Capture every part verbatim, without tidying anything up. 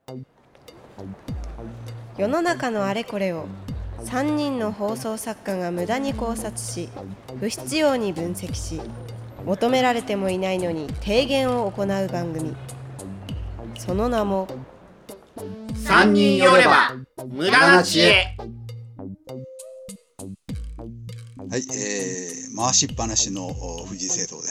世の中のあれこれをさんにんの放送作家が無駄に考察し、不必要に分析し、求められてもいないのに提言を行う番組。その名もさんにん寄れば無駄な知恵。 はい、えー、回しっぱなしの藤井聖堂です。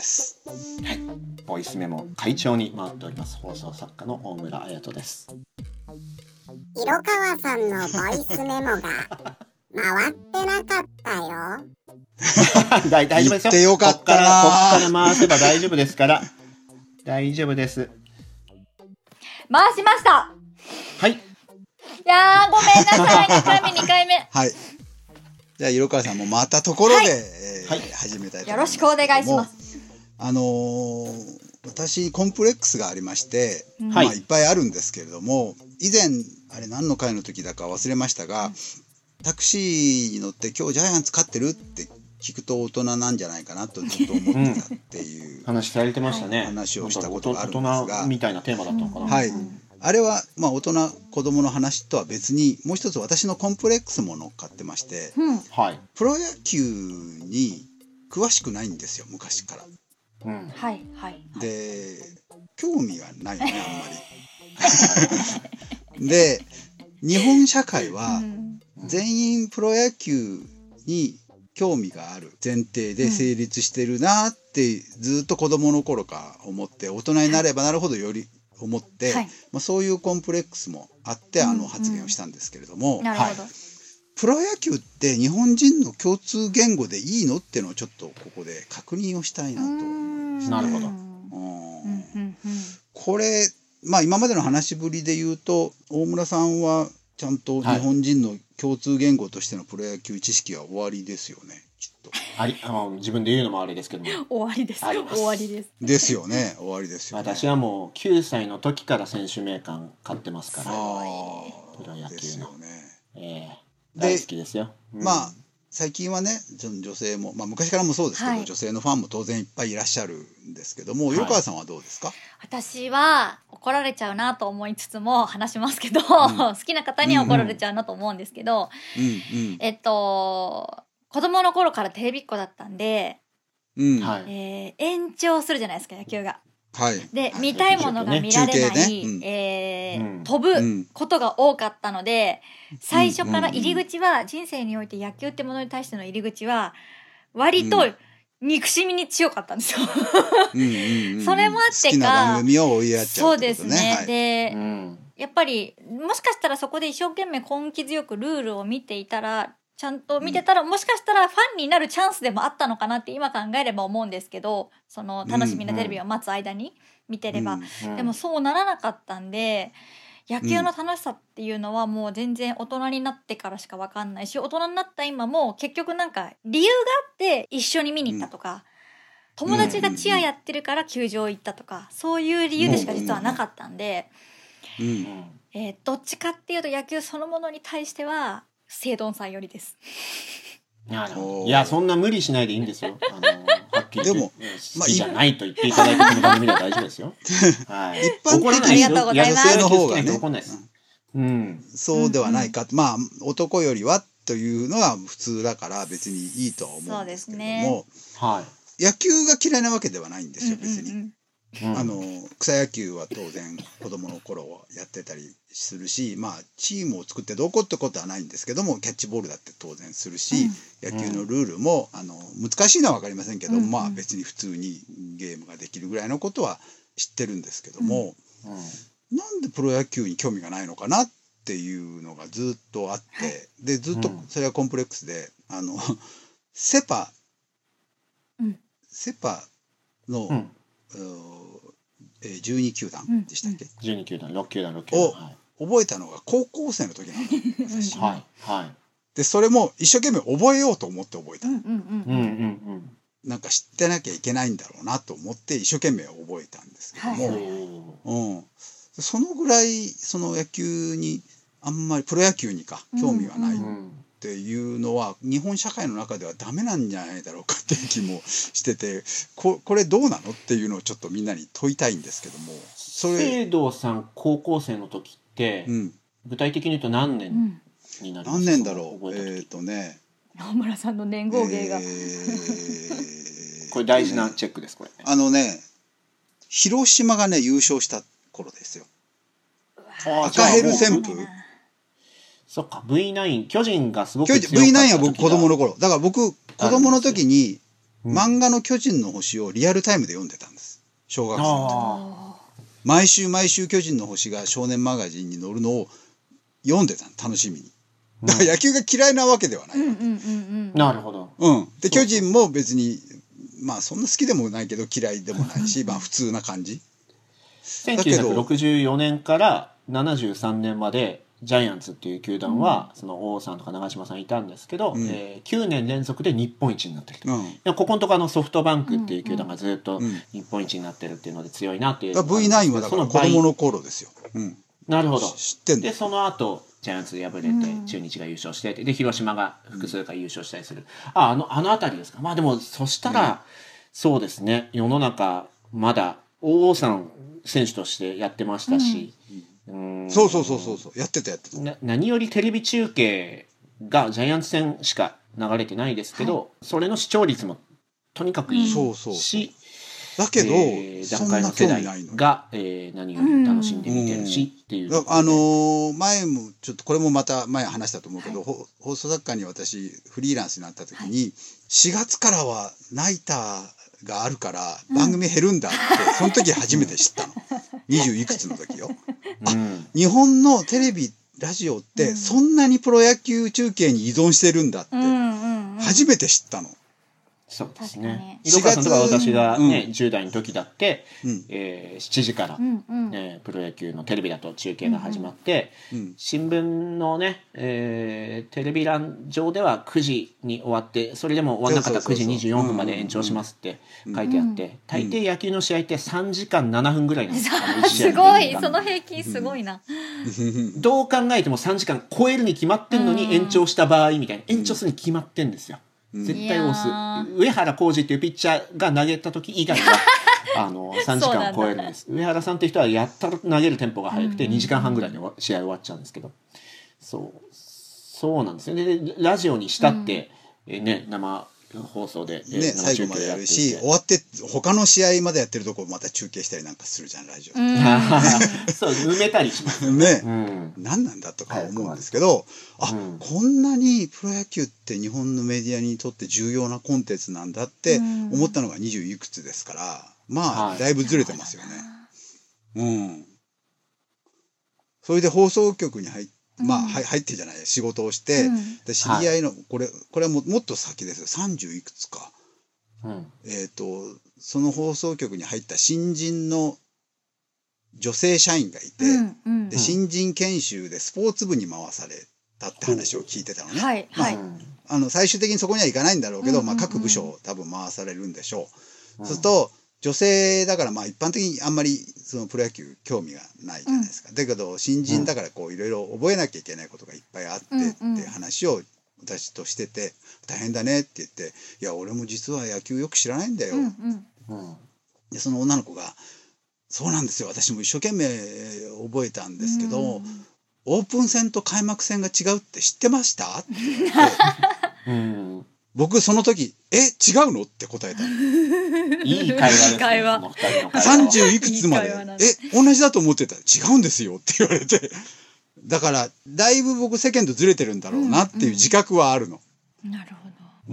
はい、ボイスメモ会長に回っております放送作家の大村彩人です。 色川さんのボイスメモが回ってなかったよ。 大丈夫ですよ。 言ってよかったな。 こっからこっから回せば大丈夫ですから。大丈夫です。 回しました。 はい。 いやーごめんなさい。にかいめにかいめ。 はい。じゃあ色川さんも回ったところで、はいえーはい、始めたいと思います。 よろしくお願いします。 あのー、私コンプレックスがありまして、 うんまあ、いっぱいあるんですけれども、以前あれ何の回の時だか忘れましたが、うん、タクシーに乗って今日ジャイアンツ勝ってるって聞くと大人なんじゃないかなとずっと思ってたっていう、 うん、話されてましたね。 話をしたことがあるんですが、 大人みたいなテーマだったのかな。 はい。あれはまあ大人子供の話とは別にもう一つ私のコンプレックスも乗っかってまして、 うんはい、 プロ野球に詳しくないんですよ昔から。 うん、 はいはい。 で興味がないよねあんまり。で日本社会は全員プロ野球に興味がある前提で成立してるなってずっと子供の頃から思って、大人になればなるほどより思って、はいまあ、そういうコンプレックスもあってあの発言をしたんですけれども、 うんうん、なるほど、 はい、プロ野球って日本人の共通言語でいいのっていうのをちょっとここで確認をしたいなと思いました。 なるほど。 これ、まあ、今までの話ぶりで言うと大村さんはちゃんと日本人の共通言語としてのプロ野球知識は終わりですよねきっと。 ありあの自分で言うのもあれですけども終わりです終わりですですよね終わりですよね。 私はもうきゅうさいの時から選手名鑑買ってますから、プロ野球のですよね、 えー、大好きですよ。 で、うん、まあ最近はね女性も、まあ、昔からもそうですけど、はい、女性のファンも当然いっぱいいらっしゃるんですけども、色川さんはどうですか？ 私は怒られちゃうなと思いつつも話しますけど、うん、好きな方には怒られちゃうなと思うんですけど、 うんうん、 えっと子供の頃からテレビっ子だったんで、 うんえー、延長するじゃないですか野球が。 はい、 で見たいものが見られない、ねうんえーうん、飛ぶことが多かったので、うん、最初から入り口は、うん、人生において野球ってものに対しての入り口は割と憎しみに強かったんですよ。 うんうん、 それもあってか好きな番組を追いやっちゃうってことね。 そうですね、 はい、 で、 うん、 やっぱりもしかしたらそこで一生懸命根気強くルールを見ていたらちゃんと見てたら、うん、もしかしたらファンになるチャンスでもあったのかなって今考えれば思うんですけど、その楽しみなテレビを待つ間に見てれば、うんうん、でもそうならなかったんで、野球の楽しさっていうのはもう全然大人になってからしか分かんないし、大人になった今も結局なんか理由があって一緒に見に行ったとか、うん、友達がチアやってるから球場行ったとか、そういう理由でしか実はなかったんで、 うんうんえー、どっちかっていうと野球そのものに対しては聖丼さんよりです。 なるほど。いやそんな無理しないでいいんですよ。あのはっきりでも好きじゃないと言っていただいてこの番組では大丈夫ですよ。はい。 一般的にありがとうございます。 女性の方がね、 怒んないです。うん。 そうではないか、うんうん、まあ男よりはというのは普通だから別にいいとは思うんですけども、 ね、 はい。 野球が嫌いなわけではないんですよ別に。 うんうんうんあの草野球は当然子供の頃やってたりするし、まあチームを作ってどこってことはないんですけども、キャッチボールだって当然するし、うん、野球のルールもあの難しいのは分かりませんけど、うん、まあ別に普通にゲームができるぐらいのことは知ってるんですけども、うんうん、なんでプロ野球に興味がないのかなっていうのがずっとあって、でずっとそれはコンプレックスで、あのセパ、 うん、 セパの、うんじゅうに球団でしたっけ、うん、 じゅうに球団ろく球団ろく球団を覚えたのが高校生の時なんだ私、 はいはい、 でそれも一生懸命覚えようと思って覚えた、 うんうんうんうん、なんか知ってなきゃいけないんだろうなと思って一生懸命覚えたんですけども、はいうん、そのぐらいその野球にあんまりプロ野球にか興味はないっていうのは、うんうん、日本社会の中ではダメなんじゃないだろうかっていう気もしてて、こ, これどうなのっていうのをちょっとみんなに問いたいんですけども、 それ聖堂さん高校生の時ってて、 うん、 具体的に言うと何年になりますか？ 何年だろう。 覚えた時えっ、ー、とね野村さんの年号芸が、 えー、 これ大事なチェックですこれ。 あのね広島がね優勝した頃ですよ。赤ヘル旋風。 そっか ブイナイン 巨人がすごく強かった時だ。 ブイナイン は僕子供の頃だから僕子供の時に漫画の巨人の星をリアルタイムで読んでたんです。小学生の時毎週毎週巨人の星が少年マガジンに載るのを読んでたの楽しみに。だから野球が嫌いなわけではない。 うんうんうんうん、 なるほど。 うん。で巨人も別にまあそんな好きでもないけど嫌いでもないしまあ普通な感じ。 せんきゅうひゃくろくじゅうよねんからななじゅうさんねんまでジャイアンツっていう球団は、うん、その王さんとか長嶋さんいたんですけど、うんえー、きゅうねん連続で日本一になってると、うん、でここのところのソフトバンクっていう球団がずっと日本一になってるっていうので強いなっていう、 うん、ブイナイン はだから子供の頃ですよ、うん、 なるほど。 知ってんの。 でその後ジャイアンツで敗れて中日が優勝してで広島が複数回優勝したりする、ああのあの辺りですか。まあでもそしたら、うん、そうですね世の中まだ王さん選手としてやってましたし、うんうんそうそうそうそうそうやってたやってた。 な何よりテレビ中継がジャイアンツ戦しか流れてないですけど、はい、それの視聴率もとにかくいいし、 そうそうそうだけど、 えー、団塊の世代が、えー、何より楽しんで見てるし、うん、っていう。 あのー、前もちょっとこれもまた前話したと思うけど、はい、放送作家に私フリーランスになった時に、はい、しがつからはナイターがあるから番組減るんだって、うん、その時初めて知ったの。にじゅういくつの時よ。あ、うん、日本のテレビラジオってそんなにプロ野球中継に依存してるんだって初めて知ったの。 そうですね。色川さんとか私がね、うん、じゅう代の時だって、うんえー、しちじから、うんうんえー、プロ野球のテレビだと中継が始まって、うんうん、新聞のね、えー、テレビ欄上ではくじに終わってそれでも終わらなかったらくじにじゅうよんぷんまで延長しますって書いてあって、うんうん、大抵野球の試合ってさんじかんななふんぐらいなんですよ、 うん、すごいその平均すごいな、 うん、どう考えてもさんじかん超えるに決まってんのに延長した場合みたいな延長するに決まってんですよ。絶対押す上原浩二っていうピッチャーが投げた時以外はあのさんじかん超えるんです。上原さんっていう人はやったら投げるテンポが速くてにじかんはんぐらいで試合終わっちゃうんですけど、そうそうなんですよね。でラジオにしたって、うんえね、生放送で、 ね、最後までやるし終わって他の試合までやってるとこまた中継したりなんかするじゃんラジオって、 うん、そう埋めたりしますね、うん、何なんだとか思うんですけど、はい、あ、うん、こんなにプロ野球って日本のメディアにとって重要なコンテンツなんだって思ったのがにじゅういくつですからまあだいぶずれてますよね、はい、うんそれで放送局に入ってまあ、うん、入ってじゃない仕事をして、うん、で知り合いの、はい、これこれはももっと先ですよさんじゅういくつか、うん、えっとその放送局に入った新人の女性社員がいて、うんうん、で新人研修でスポーツ部に回されたって話を聞いてたのね、うんはいまあはい、あの最終的にそこには行かないんだろうけど、うんうんうんまあ、各部署を多分回されるんでしょう、うん、そうすると女性だからまあ一般的にあんまりそのプロ野球興味がないじゃないですか、うん、だけど新人だからこういろいろ覚えなきゃいけないことがいっぱいあってって話を私としてて大変だねって言っていや俺も実は野球よく知らないんだよ、うんうん、でその女の子がそうなんですよ私も一生懸命覚えたんですけど、うん、オープン戦と開幕戦が違うって知ってましたって言って、うん僕その時え違うのって答えたの。 いい会話ですね。会話さんじゅういくつまでいいえ同じだと思ってたら違うんですよって言われてだからだいぶ僕世間とずれてるんだろうなっていう自覚はあるの、 うんうん、なるほど、 うん、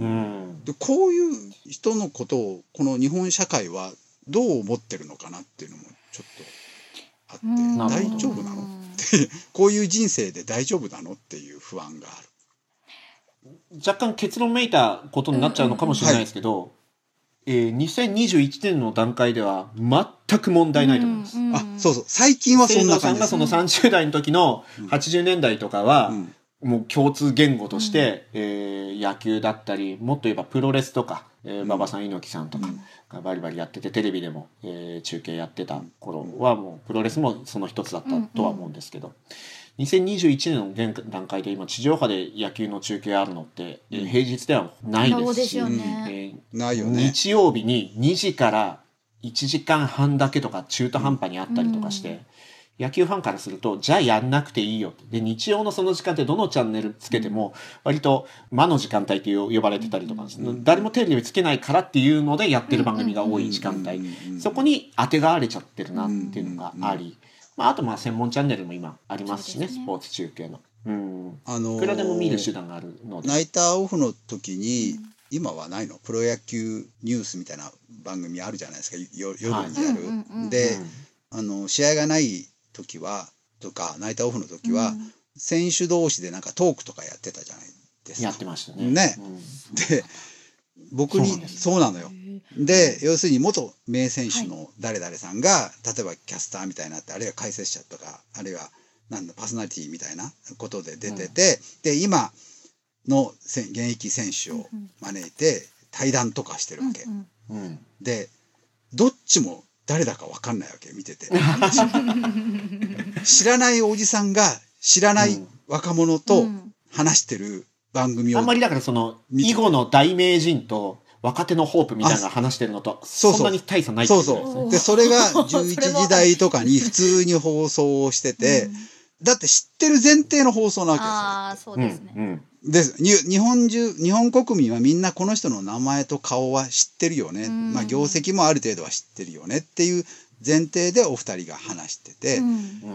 でこういう人のことをこの日本社会はどう思ってるのかなっていうのもちょっとあって、うん、大丈夫なのってこういう人生で大丈夫なのっていう不安がある。 若干結論めいたことになっちゃうのかもしれないですけど、うんうんはいえー、にせんにじゅういちねんの段階では全く問題ないと思います、うんうん、 あそうそう最近はそんな感じです。 清野さんがそのさんじゅう代の時のはちじゅうねんだいとかは、うんもう共通言語として、うんえー、野球だったりもっと言えばプロレスとか馬場、えー、さん猪木さんとかがバリバリやっててテレビでも、えー、中継やってた頃はもうプロレスもその一つだったとは思うんですけど、うんうん、にせんにじゅういちねんの現段階で今地上波で野球の中継あるのって、うん、平日ではないですし、 そうですよねえー、ないよね。日曜日ににじからいちじかんはんだけとか中途半端にあったりとかして、うん野球ファンからするとじゃあやんなくていいよで日曜のその時間ってどのチャンネルつけても割と魔の時間帯って呼ばれてたりとか、うん、誰もテレビつけないからっていうのでやってる番組が多い時間帯、そこに当てがわれちゃってるなっていうのがあり、まあ、あとまあ専門チャンネルも今ありますしね、スポーツ中継の、うん、 あのー、 いくらでも見る手段があるので。 ナイターオフの時に、うん、今はないのプロ野球ニュースみたいな番組あるじゃないですか、夜にやる、はい、で、うん、あの試合がない時はとかナイターオフの時は、うん、選手同士でなんかトークとかやってたじゃないですか。 やってましたね。 ね、うん、で僕にそうなのよ。で要するに元名選手の誰々さんが、はい、例えばキャスターみたいになってあるいは解説者とかあるいはなんだパーソナリティみたいなことで出てて、うん、で今の現役選手を招いて対談とかしてるわけ、うんうん、でどっちも誰だか分かんないわけ見てて知らないおじさんが知らない若者と話してる番組を、 あんまりだからその囲碁の大名人と若手のホープみたいなの話してるのとそんなに大差ないっていうことですね。 そうそうでそれがじゅういちじ台とかに普通に放送をしてて、うん、だって知ってる前提の放送なわけですよ。 ああそうですね、うんうん、 で日本中日本国民はみんなこの人の名前と顔は知ってるよね、うん、まあ業績もある程度は知ってるよねっていう前提でお二人が話してて、うん、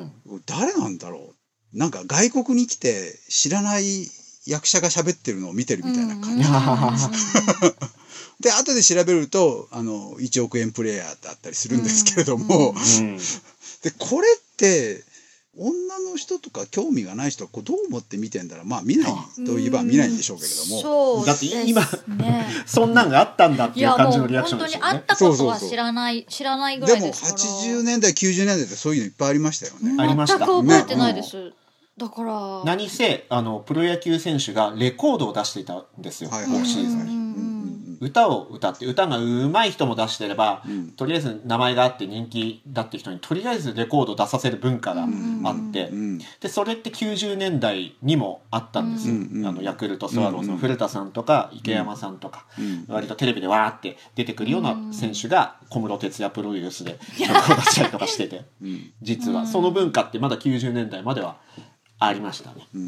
誰なんだろうなんか外国に来て知らない役者が喋ってるのを見てるみたいな感じ、うん、で後で調べるとあのいちおくえんプレイヤーだったりするんですけれども、うん、でこれって女の人とか興味がない人はこうどう思って見てんだろう。まあ見ないといえば見ないんでしょうけれども、 そうだって今、ね、そんなんがあったんだっていう感じのリアクションですよね。 いやもう本当にあったことは知らない知らないぐらいですから。 でもはちじゅうねんだいきゅうじゅうねんだいってそういうのいっぱいありましたよね。 ありました。 全く覚えてないです、ね、だから何せあのプロ野球選手がレコードを出していたんですよ、はいはい、シーズンに。歌を歌って歌が上手い人も出してれば、うん、とりあえず名前があって人気だって人にとりあえずレコード出させる文化があって、うん、でそれってきゅうじゅうねんだいにもあったんですよ、うん、あのヤクルトスワローズの古田さんとか池山さんとか、うん、割とテレビでわーって出てくるような選手が小室哲哉プロデュースで曲を出したりとかしてて、うん、実はその文化ってまだきゅうじゅうねんだいまではありましたね、うんうん、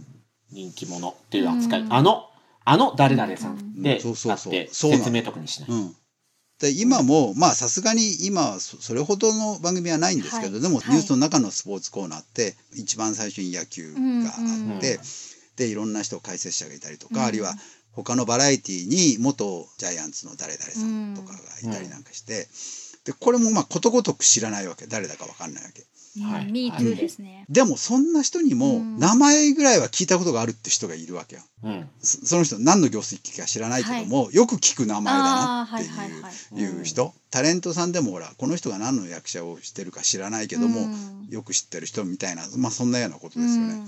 人気者っていう扱い、うん、あのあの誰々さんであって説明特にしない。うん、 で今もまあさすがに今それほどの番組はないんですけど、はい、でもニュースの中のスポーツコーナーって一番最初に野球があって、うん、でいろんな人解説者がいたりとか、うん、あるいは他のバラエティに元ジャイアンツの誰々さんとかがいたりなんかして、でこれもまあことごとく知らないわけ、誰だか分かんないわけ。 はい、ミートゥーですね。 でもそんな人にも名前ぐらいは聞いたことがあるって人がいるわけよ、うん、そ, その人何の業績か知らないけども、はい、よく聞く名前だなっていう、はいはいはい、いう人、タレントさんでもほらこの人が何の役者をしてるか知らないけども、うん、よく知ってる人みたいな、まあそんなようなことですよね、うん、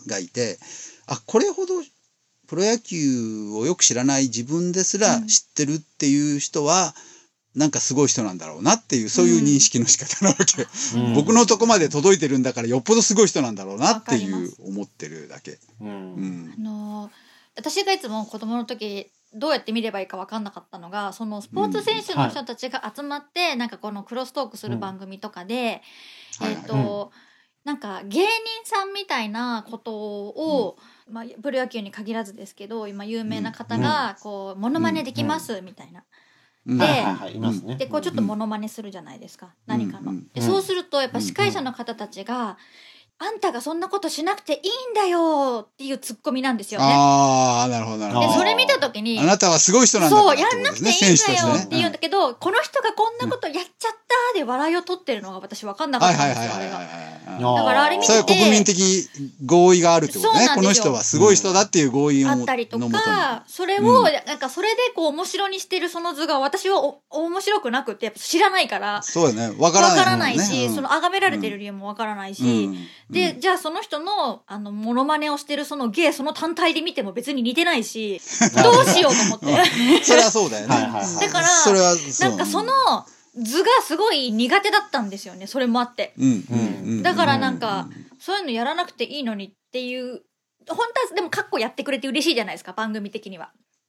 がいて、あこれほどプロ野球をよく知らない自分ですら知ってるっていう人は、うん、なんかすごい人なんだろうなっていう、そういう認識の仕方なわけ、うん、僕のとこまで届いてるんだからよっぽどすごい人なんだろうなっていう思ってるだけ、うんうん、 あのー、私がいつも子供の時どうやって見ればいいか分かんなかったのが、そのスポーツ選手の人たちが集まって、うんはい、なんかこのクロストークする番組とかで、うん、えっ、ー、と、はいはい、なんか芸人さんみたいなことを、うんまあ、プロ野球に限らずですけど今有名な方がこうモノマネできますみたいな、で、はいはいはい、でこうちょっとモノマネするじゃないですか、うん、何かの、うん、でそうするとやっぱ司会者の方たちが、うん、あんたがそんなことしなくていいんだよっていうツッコミなんですよね。 ああなるほどなるほど。 でそれ見た時にあなたはすごい人なんだからってことですね。 そうやんなくていいんだよって言うんだけど、ね、この人がこんなことやっちゃったで笑いを取ってるのが私分かんなかったんですよ、あれが。だからあれ見てて、 それは国民的合意があるってことね。この人はすごい人だっていう合意を、うん、 あったりとか、それを、うん、なんかそれでこう面白にしてるその図が私はお面白くなくて、やっぱ知らないから、 そうだね、分からない、ね、 分からないし、うん、その崇められてる理由も分からないし、うん、で、じゃあその人のあのモノマネをしてるその芸その単体で見ても別に似てないし、どうしようと思って。 それはそうだよね。 だからそれはなんかその図がすごい苦手だったんですよね。それもあって、うんうん、だからなんか、うん、そういうのやらなくていいのにっていう、本当はでもカッコやってくれて嬉しいじゃないですか、番組的には。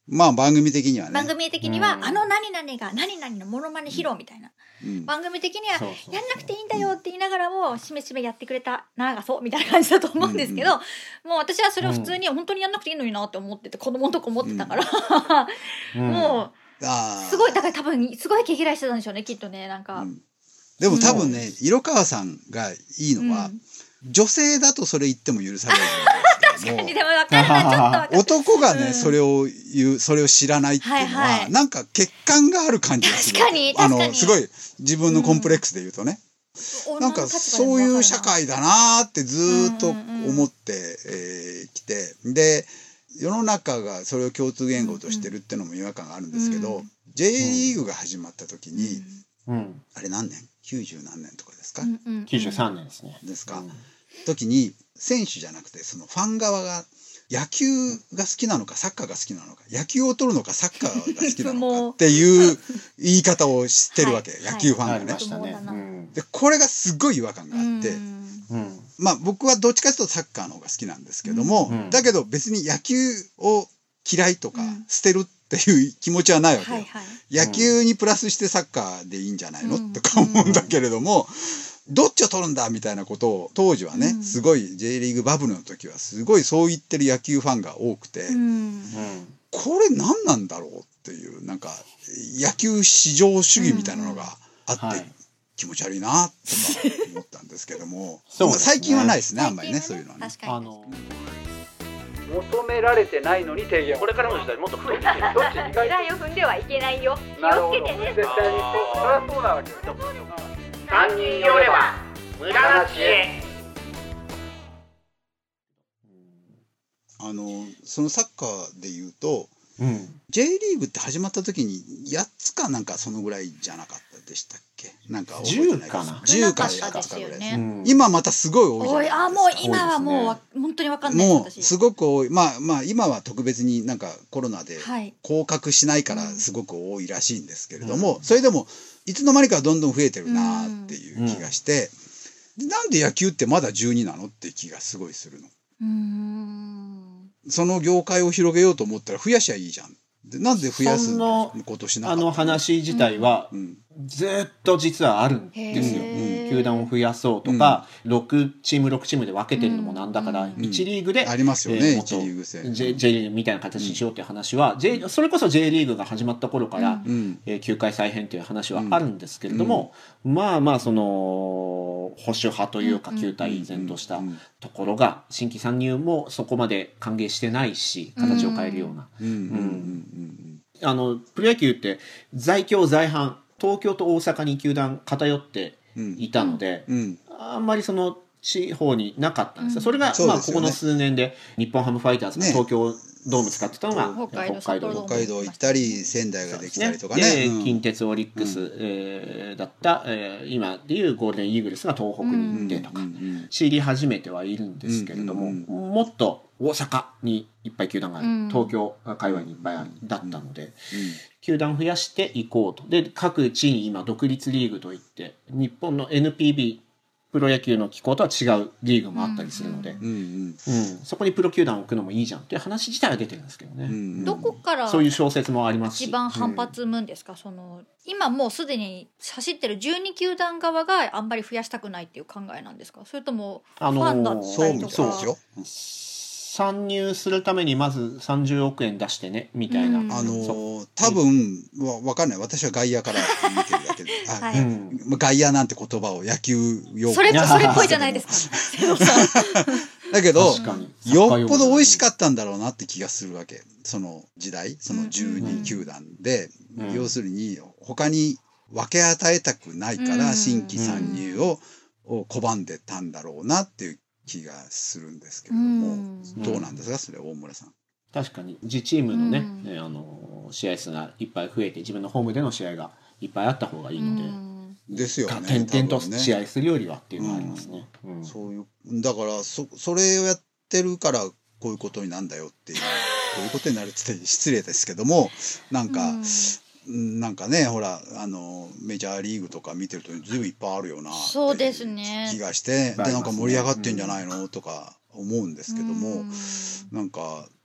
まあ番組的にはね。 番組的には、 うんあの何々が何々のモノマネ披露みたいな、 うん番組的にはそうそうそうやんなくていいんだよって言いながらもしめしめやってくれたながそうみたいな感じだと思うんですけど、 うんもう私はそれを普通に本当にやんなくていいのになって思ってて、子供のとこ思ってたから、 うんもあーうすごいだから多分すごい毛嫌いしてたんでしょうねきっとねなんか、 うんでも多分ね、色川さんがいいのは、 うん女性だとそれ言っても許されるんですけども確かにでも分かるなちょっと分かる男がね、 うんそれを言う、それを知らないっていうのは、 はいはいなんか欠陥がある感じがする。 確かにあの、 確かにすごい自分のコンプレックスで言うとね。なんかそういう社会だなーってずーっと思ってえーきて、で、世の中がそれを共通言語としてるってのも違和感があるんですけど、 うん J リーグが始まった時に、 うんあれ何年 ?きゅうじゅう 何年とかですか、 うんうんきゅうじゅうさんねんですね。 ですか、 うん時に選手じゃなくてそのファン側が野球が好きなのかサッカーが好きなのか野球を取るのかサッカーが好きなのかっていう言い方をしてるわけ、 はい野球ファンがねありま。したね。うんでこれがすっごい違和感があって、 うんうんまあ僕はどっちかというとサッカーの方が好きなんですけども、 うんだけど別に野球を嫌いとかうん捨てるっていう気持ちはないわけよ。 はいはい野球にプラスしてサッカーでいいんじゃないの、 うんとか思うんだけれども、どっちを取るんだみたいなことを当時はね、 うんすごい J リーグバブルの時はすごいそう言ってる野球ファンが多くて、 うんうんこれ何なんだろうっていうなんか野球至上主義みたいなのがあって、 はい気持ち悪いなとか思ったんですけどもそうですね最近はないですねあんまりねそういうのはね。 確かにあの求められてないのに提言をこれからの時代もっと増えていくどっち意外とを踏んではいけないよ気なるほどをつけてね絶対にそうそりゃそうなわけよ三人寄れば無駄な知恵。 あのそのサッカーで言うとうん J リーグって始まった時にやっつかなんかそのぐらいじゃなかったでしたっけなんか覚えてないですじゅうかなじゅうか少なかったやっつかぐらいですですよねうん今またすごい多いじゃおないですか。 いあもう今はもうわ本当にわかんないもうですすごく多いまあまあ今は特別になんかコロナで私はい降格しないからすごく多いらしいんですけれども、それでもいつの間にかどんどん増えてるなっていう気がして、でなんで野球ってまだじゅうになのって気がすごいするの。 うーんその業界を広げようと思ったら増やしゃいいじゃん。でなんで増やすそのことしなかったあの話自体はうんずっと実はあるんですよ。 へー球団を増やそうとか、ろくチームろくチームで分けてるのもなんだから、 うんいちリーグで、 ありますよねえーもっといちリーグ制 J, J リーグみたいな形にしようっていう話は、J それこそ J リーグが始まった頃から、 うんえー球界再編という話はあるんですけれども、まあまあその保守派というかうん球体依然としたうんところが新規参入もそこまで歓迎してないし形を変えるような、 うんうんうんあのプロ野球って在京在阪東京と大阪に球団偏ってうんいたので、 うんうんあんまりその地方になかったんですよ、 うんそれが、 そうですよねまあここの数年で日本ハムファイターズがね東京ドーム使ってたのが、 北海道北海道札幌北海道行ったり仙台ができたりとかね。 で、 うん近鉄オリックス、えーだった、えー今でいうゴールデンイーグルスが東北に行ってとか、 うんうん知り始めてはいるんですけれども、 うんうんもっと大阪にいっぱい球団がある、 うん東京界隈にいっぱいあるだったので、 うん球団増やしていこうと。で各地に今独立リーグといって日本の エヌピービー プロ野球の機構とは違うリーグもあったりするので、 うんうんうんそこにプロ球団を置くのもいいじゃんっていう話自体は出てるんですけどね、 うんうんどこからそういう小説もありますし一番反発むんですか、その今もうすでに走ってるじゅうに球団側があんまり増やしたくないっていう考えなんですか、それともフあのーァンだったそうりとか、 そうですよ。 参入するためにまずさんじゅうおくえん出してねみたいな、 うんあのそー多分わわかんない私は外野から見てるだけで、あはいうんまあ外野なんて言葉を野球用それいやそれっぽいじゃないですか瀬野さんだけど確かによっぽど美味しかっったんだろうなって気がするわけその時代そのじゅうに球団で、 うん要するに他に分け与えたくないからうん新規参入を,、を拒んでたんだろうなっていう気がするんですけれども、 うんどうなんですかそれ大村さん。 確かに自チームのね、 うんねあの試合数がいっぱい増えて自分のホームでの試合がいっぱいあった方がいいので、 うんですよね。 点々と多分ね試合するよりはっていうのはありますね。うんそういうだからそそれをやってるからこういうことになんだよっていうこういうことになるって言って失礼ですけどもなんか、うんなんかねほらあのメジャーリーグとか見てるとずいぶんいっぱいあるよなっていそうですね気がしていっぱいありますねでなんか盛り上がってんじゃないの、とか思うんですけども、 うんなんか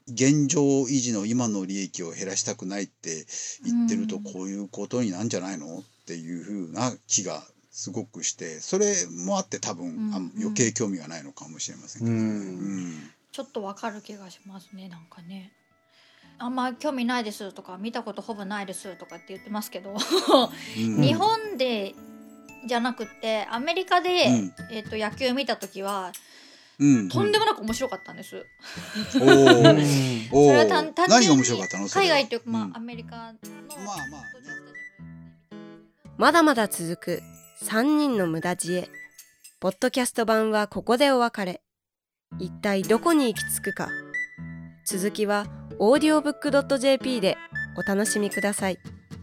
現状維持の今の利益を減らしたくないって言ってると、 うんこういうことになんじゃないのっていうふうな気がすごくして、それもあって多分、 うんうんあ余計興味がないのかもしれませんけどね。 うんうんちょっとわかる気がしますね。なんかね、あんま興味ないですとか見たことほぼないですとかって言ってますけど、 うん日本でじゃなくってアメリカで、 うんえっと野球見た時はうんとんでもなく面白かったんです。 おーそおーれは単単純に何が面白かったのそれは海外っていうか、まあうんアメリカのまあまあまだまだ続くさんにんの無駄知恵。ポッドキャスト版はここでお別れ。一体どこに行き着くか。続きは オーディオブックドットジェーピー でお楽しみください。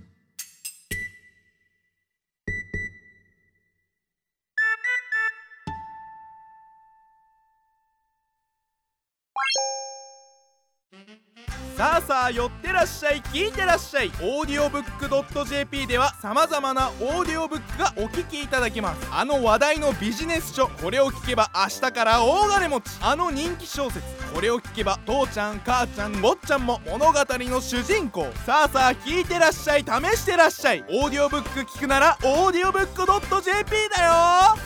さあさあ寄ってらっしゃい、聞いてらっしゃい。オーディオブックドットジェーピー ではさまざまなオーディオブックがお聞きいただけます。あの話題のビジネス書、これを聞けば明日から大金持ち。あの人気小説、これを聞けば父ちゃん母ちゃん坊ちゃんも物語の主人公。さあさあ聞いてらっしゃい、試してらっしゃい。オーディオブック聞くならオーディオブックドットジェーピー だよ。